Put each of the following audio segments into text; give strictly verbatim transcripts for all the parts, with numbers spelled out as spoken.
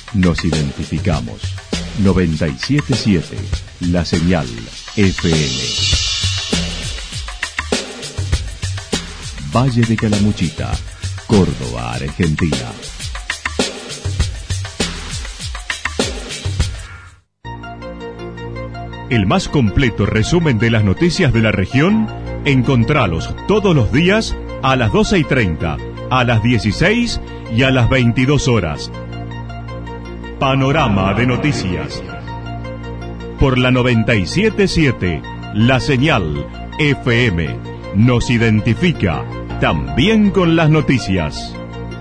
nos identificamos. noventa y siete punto siete, La Señal F M. Valle de Calamuchita, Córdoba, Argentina. El más completo resumen de las noticias de la región, encontralos todos los días a las doce y treinta, a las dieciséis y a las veintidós horas. Panorama de Noticias. Por la noventa y siete punto siete, La Señal F M. Nos identifica también con las noticias.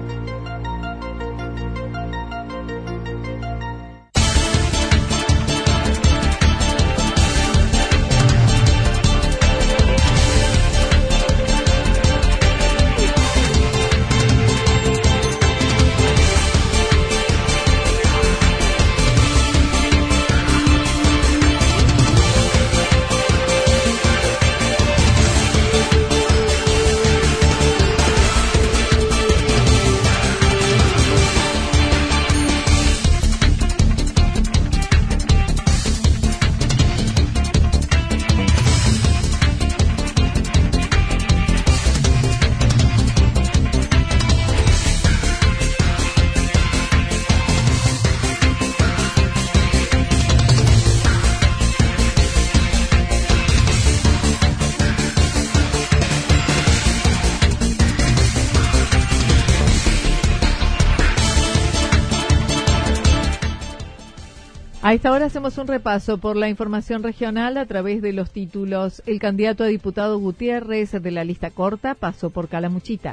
A esta hora hacemos un repaso por la información regional a través de los títulos. El candidato a diputado Gutiérrez de la lista corta pasó por Calamuchita.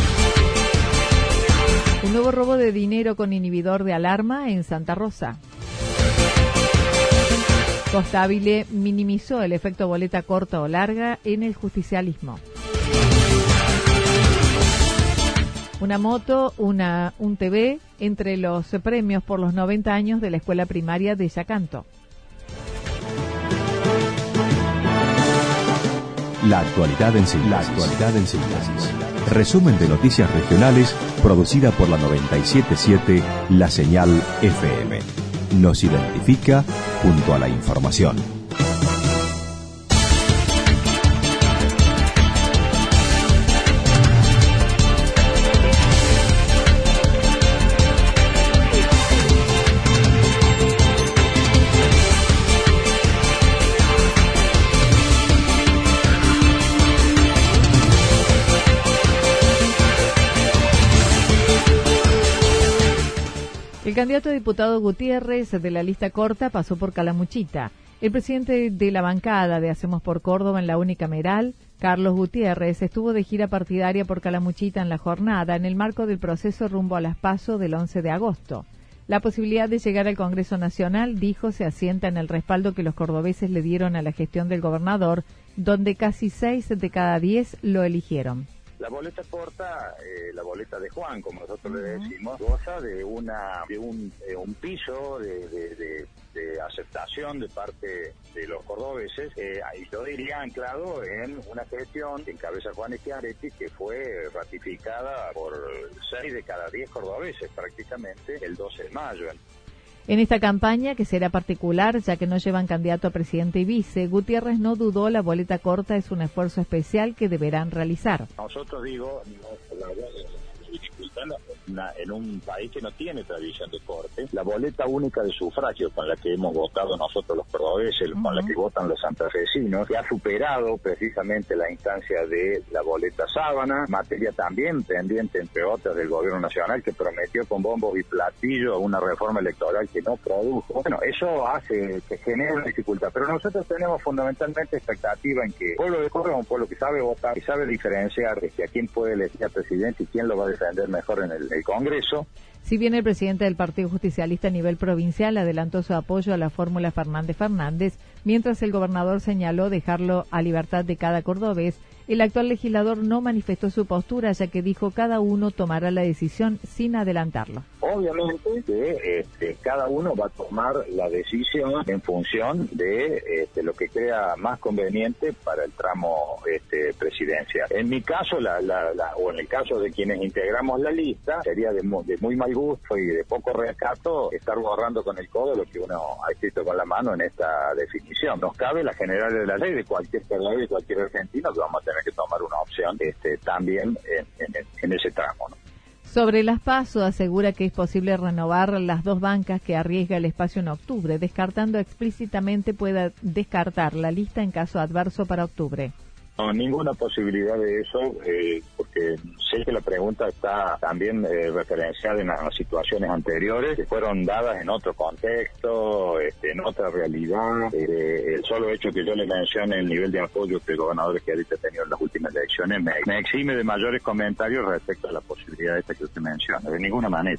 Un nuevo robo de dinero con inhibidor de alarma en Santa Rosa. Costabile minimizó el efecto boleta corta o larga en el justicialismo. Una moto, una, un T V, entre los premios por los noventa años de la escuela primaria de Yacanto. La actualidad en síntesis. La actualidad en síntesis. Resumen de noticias regionales producida por la noventa y siete punto siete, La Señal F M. Nos identifica junto a la información. El candidato a diputado Gutiérrez de la lista corta pasó por Calamuchita. El presidente de la bancada de Hacemos por Córdoba en la unicameral, Carlos Gutiérrez, estuvo de gira partidaria por Calamuchita en la jornada en el marco del proceso rumbo a las PASO del once de agosto. La posibilidad de llegar al Congreso Nacional, dijo, se asienta en el respaldo que los cordobeses le dieron a la gestión del gobernador, donde casi seis de cada diez lo eligieron. La boleta corta, eh, la boleta de Juan, como nosotros uh-huh. le decimos, goza de una de un, eh, un piso de, de, de, de aceptación de parte de los cordobeses, eh, y yo diría anclado en una gestión que encabeza Juan Schiaretti, que fue ratificada por seis de cada diez cordobeses prácticamente el doce de mayo. En esta campaña, que será particular, ya que no llevan candidato a presidente y vice, Gutiérrez no dudó, la boleta corta es un esfuerzo especial que deberán realizar. Nosotros, digo, no, la dificultad en un país que no tiene tradición de corte, la boleta única de sufragio con la que hemos votado nosotros los cordobeses, uh-huh. con la que votan los santafesinos, que ha superado precisamente la instancia de la boleta sábana, materia también pendiente, entre otras, del gobierno nacional, que prometió con bombos y platillos una reforma electoral que no produjo. Bueno, eso hace que genere una dificultad, pero nosotros tenemos fundamentalmente expectativa en que el pueblo de Córdoba es un pueblo que sabe votar, que sabe diferenciar de a quién puede elegir a presidente y quién lo va a defender mejor en el, el Congreso. Si bien el presidente del Partido Justicialista a nivel provincial adelantó su apoyo a la fórmula Fernández Fernández, mientras el gobernador señaló dejarlo a libertad de cada cordobés, el actual legislador no manifestó su postura, ya que dijo cada uno tomará la decisión sin adelantarlo. obviamente que este, cada uno va a tomar la decisión en función de este, lo que crea más conveniente para el tramo este, presidencial. En mi caso, la, la, la, o en el caso de quienes integramos la lista, sería de muy, de muy mal gusto y de poco recato estar borrando con el codo lo que uno ha escrito con la mano en esta definición. Nos cabe la general de la ley de cualquier persona y cualquier argentino que vamos a tener que tomar una opción este, también en, en, en ese tramo, ¿no? Sobre las PASO, asegura que es posible renovar las dos bancas que arriesga el espacio en octubre, descartando explícitamente pueda descartar la lista en caso adverso para octubre. No, ninguna posibilidad de eso, eh, porque sé que la pregunta está también eh, referenciada en las situaciones anteriores que fueron dadas en otro contexto, este, en otra realidad. Eh, el solo hecho que yo le mencione el nivel de apoyo que el gobernador que ahorita ha tenido en las últimas elecciones me, me exime de mayores comentarios respecto a la posibilidad esta que usted menciona, de ninguna manera.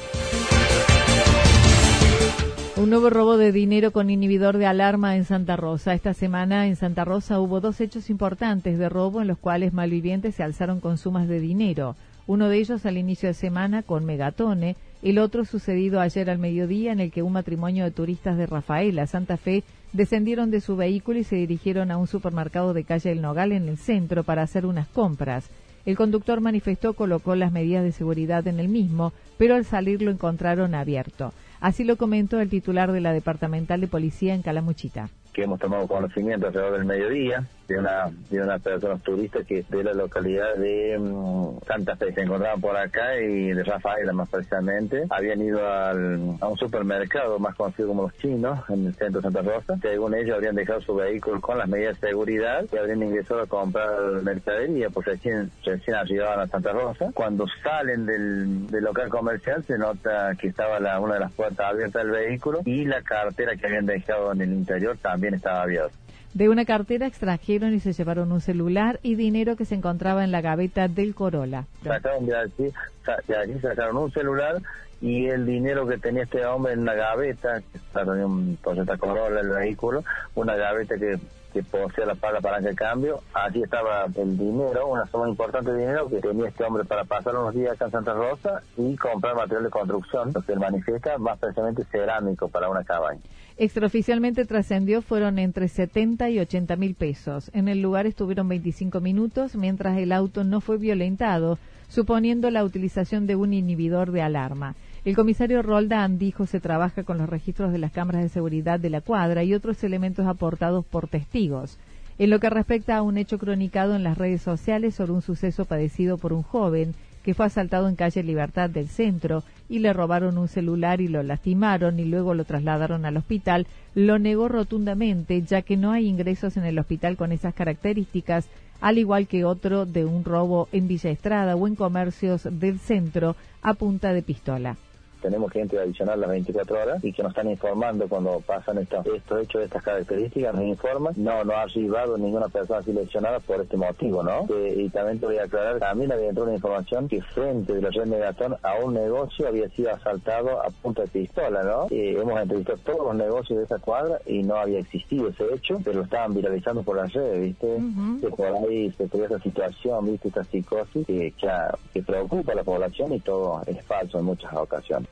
Un nuevo robo de dinero con inhibidor de alarma en Santa Rosa. Esta semana en Santa Rosa hubo dos hechos importantes de robo en los cuales malvivientes se alzaron con sumas de dinero. Uno de ellos al inicio de semana con Megatone, el otro sucedido ayer al mediodía en el que un matrimonio de turistas de Rafaela, Santa Fe, descendieron de su vehículo y se dirigieron a un supermercado de calle El Nogal en el centro para hacer unas compras. El conductor manifestó colocó las medidas de seguridad en el mismo, pero al salir lo encontraron abierto. Así lo comentó el titular de la Departamental de Policía en Calamuchita. Que hemos tomado conocimiento alrededor del mediodía de una de unas personas turistas que de la localidad de um, Santa Fe se encontraban por acá y de Rafaela más precisamente habían ido al, a un supermercado más conocido como Los Chinos en el centro de Santa Rosa. Según ellos habrían dejado su vehículo con las medidas de seguridad y habrían ingresado a comprar mercadería, pues recién, recién arribaban a Santa Rosa. Cuando salen del, del local comercial se nota que estaba la, una de las puertas abiertas del vehículo y la cartera que habían dejado en el interior también estaba abierta. De una cartera extrajeron y se llevaron un celular y dinero que se encontraba en la gaveta del Corolla. Sacaron de aquí, de aquí sacaron un celular y el dinero que tenía este hombre en la gaveta, que tenía un Toyota Corolla el vehículo, una gaveta que, que posee la pala palanca de cambio. Allí estaba el dinero, una suma importante de dinero que tenía este hombre para pasar unos días acá en Santa Rosa y comprar material de construcción, lo que él manifiesta, más precisamente cerámico para una cabaña. Extraoficialmente trascendió fueron entre setenta y ochenta mil pesos. En el lugar estuvieron veinticinco minutos mientras el auto no fue violentado, suponiendo la utilización de un inhibidor de alarma. El comisario Roldán dijo se trabaja con los registros de las cámaras de seguridad de la cuadra y otros elementos aportados por testigos. En lo que respecta a un hecho cronicado en las redes sociales sobre un suceso padecido por un joven que fue asaltado en calle Libertad del centro y le robaron un celular y lo lastimaron y luego lo trasladaron al hospital, lo negó rotundamente, ya que no hay ingresos en el hospital con esas características, al igual que otro de un robo en Villa Estrada o en comercios del centro a punta de pistola. Tenemos gente adicional las veinticuatro horas y que nos están informando cuando pasan estos, estos hechos de estas características, nos informan. No, no ha arribado ninguna persona así lesionada por este motivo, ¿no? Eh, y también te voy a aclarar, también había entrado una información que frente de la red Megatón a un negocio había sido asaltado a punta de pistola, ¿no? Eh, hemos entrevistado todos los negocios de esa cuadra y no había existido ese hecho, pero lo estaban viralizando por las redes, ¿viste? Uh-huh. Que por ahí se creó esa situación, ¿viste? Esta psicosis que, que, que preocupa a la población y todo es falso en muchas ocasiones.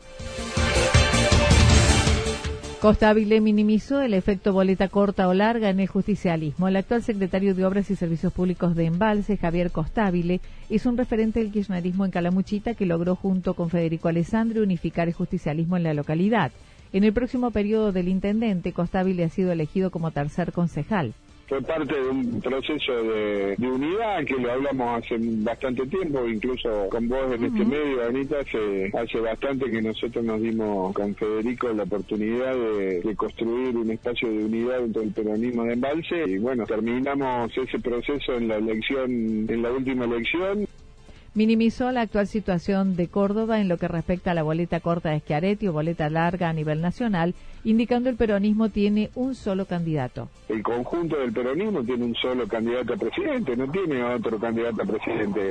Costabile minimizó el efecto boleta corta o larga en el justicialismo. El actual secretario de Obras y Servicios Públicos de Embalse, Javier Costabile, es un referente del kirchnerismo en Calamuchita que logró junto con Federico Alessandri unificar el justicialismo en la localidad. En el próximo periodo del intendente, Costabile ha sido elegido como tercer concejal. Fue parte de un proceso de, de unidad que lo hablamos hace bastante tiempo, incluso con vos en uh-huh. este medio, Anita, hace, hace bastante que nosotros nos dimos con Federico la oportunidad de, de construir un espacio de unidad dentro del peronismo de Embalse y bueno, terminamos ese proceso en la elección, en la última elección. Minimizó la actual situación de Córdoba en lo que respecta a la boleta corta de Schiaretti o boleta larga a nivel nacional, indicando el peronismo tiene un solo candidato. El conjunto del peronismo tiene un solo candidato a presidente, no tiene otro candidato a presidente.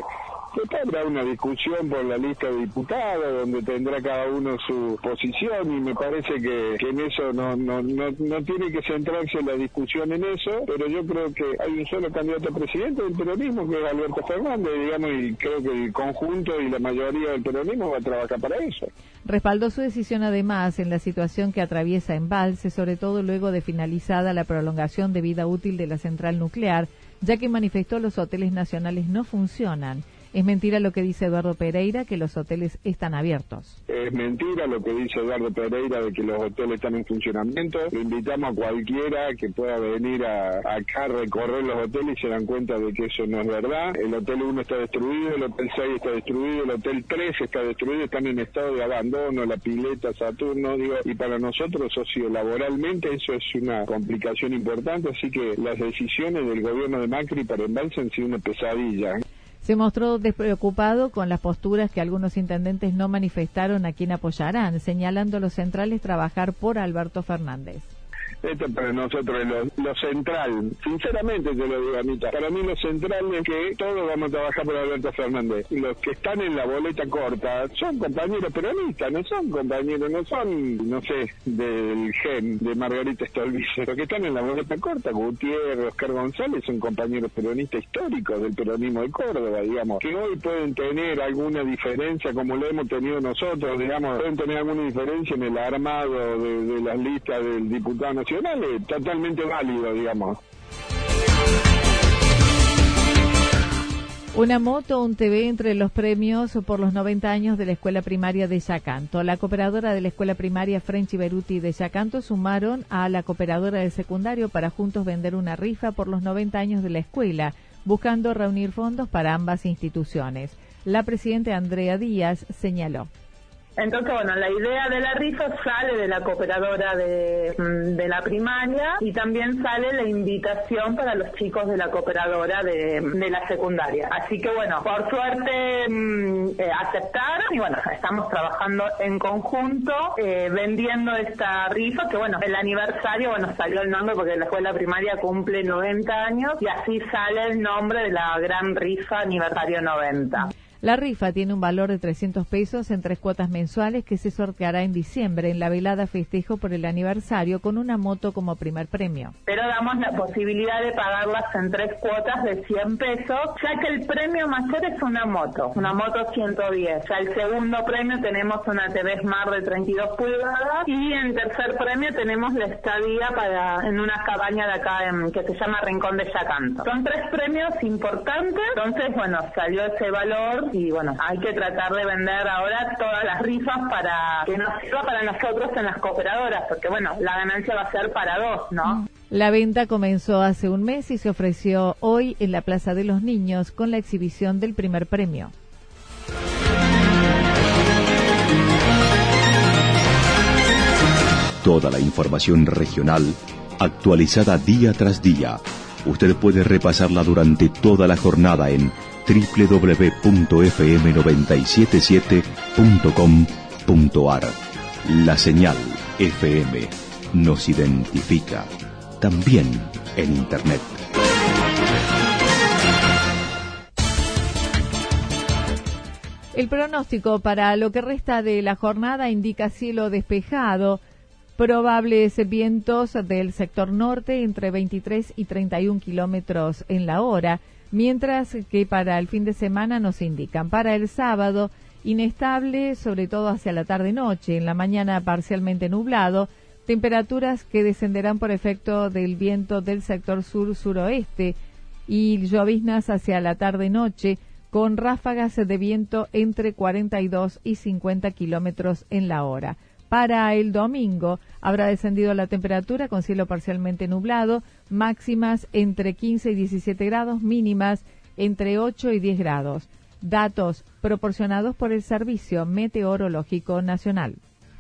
Después habrá una discusión por la lista de diputados, donde tendrá cada uno su posición, y me parece que, que en eso no, no, no, no tiene que centrarse la discusión en eso, pero yo creo que hay un solo candidato a presidente del peronismo, que es Alberto Fernández, digamos, y creo que el conjunto y la mayoría del peronismo va a trabajar para eso. Respaldó su decisión además en la situación que atraviesa Embalse, sobre todo luego de finalizada la prolongación de vida útil de la central nuclear, ya que manifestó los hoteles nacionales no funcionan. Es mentira lo que dice Eduardo Pereira, que los hoteles están abiertos. Es mentira lo que dice Eduardo Pereira de que los hoteles están en funcionamiento. Le invitamos a cualquiera que pueda venir a, acá a recorrer los hoteles y se dan cuenta de que eso no es verdad. El Hotel uno está destruido, el Hotel seis está destruido, el Hotel tres está destruido, están en estado de abandono, la pileta Saturno, digo, y para nosotros sociolaboralmente eso es una complicación importante, así que las decisiones del gobierno de Macri para Embalse han sido una pesadilla. Se mostró despreocupado con las posturas que algunos intendentes no manifestaron a quien apoyarán, señalando a los centrales trabajar por Alberto Fernández. Esto para nosotros es lo, lo central, sinceramente te lo digo, Anita, para mí lo central es que todos vamos a trabajar por Alberto Fernández. Los que están en la boleta corta son compañeros peronistas, no son compañeros, no son, no sé, del gen de Margarita Stolbizer. Los que están en la boleta corta, Gutiérrez, Oscar González, son compañeros peronistas históricos del peronismo de Córdoba, digamos, que hoy pueden tener alguna diferencia como lo hemos tenido nosotros, digamos, pueden tener alguna diferencia en el armado de, de las listas del diputado nacional, es totalmente válido, digamos. Una moto, un T V entre los premios por los noventa años de la escuela primaria de Yacanto. La cooperadora de la escuela primaria French y Beruti de Yacanto sumaron a la cooperadora del secundario para juntos vender una rifa por los noventa años de la escuela, buscando reunir fondos para ambas instituciones. La presidenta Andrea Díaz señaló. Entonces, bueno, la idea de la rifa sale de la cooperadora de, de la primaria y también sale la invitación para los chicos de la cooperadora de, de la secundaria. Así que, bueno, por suerte eh, aceptaron y, bueno, estamos trabajando en conjunto eh, vendiendo esta rifa, que, bueno, el aniversario, bueno, salió el nombre porque la escuela primaria cumple noventa años y así sale el nombre de la gran rifa aniversario noventa. La rifa tiene un valor de trescientos pesos en tres cuotas mensuales que se sorteará en diciembre en la velada festejo por el aniversario con una moto como primer premio. Pero damos la posibilidad de pagarlas en tres cuotas de cien pesos, ya que el premio mayor es una moto, una moto ciento diez. Ya el segundo premio tenemos una T V Smart de treinta y dos pulgadas y en tercer premio tenemos la estadía para en una cabaña de acá en, que se llama Rincón de Yacanto. Son tres premios importantes, entonces, bueno, salió ese valor. Y bueno, hay que tratar de vender ahora todas las rifas para que nos sirva para nosotros en las cooperadoras, porque bueno, la ganancia va a ser para dos, ¿no? La venta comenzó hace un mes y se ofreció hoy en la Plaza de los Niños con la exhibición del primer premio. Toda la información regional actualizada día tras día. Usted puede repasarla durante toda la jornada en doble u doble u doble u punto efe eme noventa y siete siete punto com punto ar. La señal F M nos identifica también en Internet. El pronóstico para lo que resta de la jornada indica cielo despejado, probables vientos del sector norte entre veintitrés y treinta y un kilómetros en la hora, mientras que para el fin de semana nos indican para el sábado inestable, sobre todo hacia la tarde-noche, en la mañana parcialmente nublado, temperaturas que descenderán por efecto del viento del sector sur-suroeste y lloviznas hacia la tarde-noche con ráfagas de viento entre cuarenta y dos y cincuenta kilómetros en la hora. Para el domingo habrá descendido la temperatura con cielo parcialmente nublado, máximas entre quince y diecisiete grados, mínimas entre ocho y diez grados. Datos proporcionados por el Servicio Meteorológico Nacional.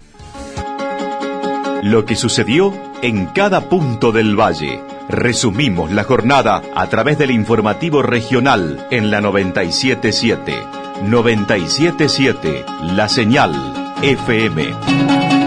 Lo que sucedió en cada punto del valle. Resumimos la jornada a través del informativo regional en la noventa y siete punto siete. noventa y siete punto siete, La Señal F M.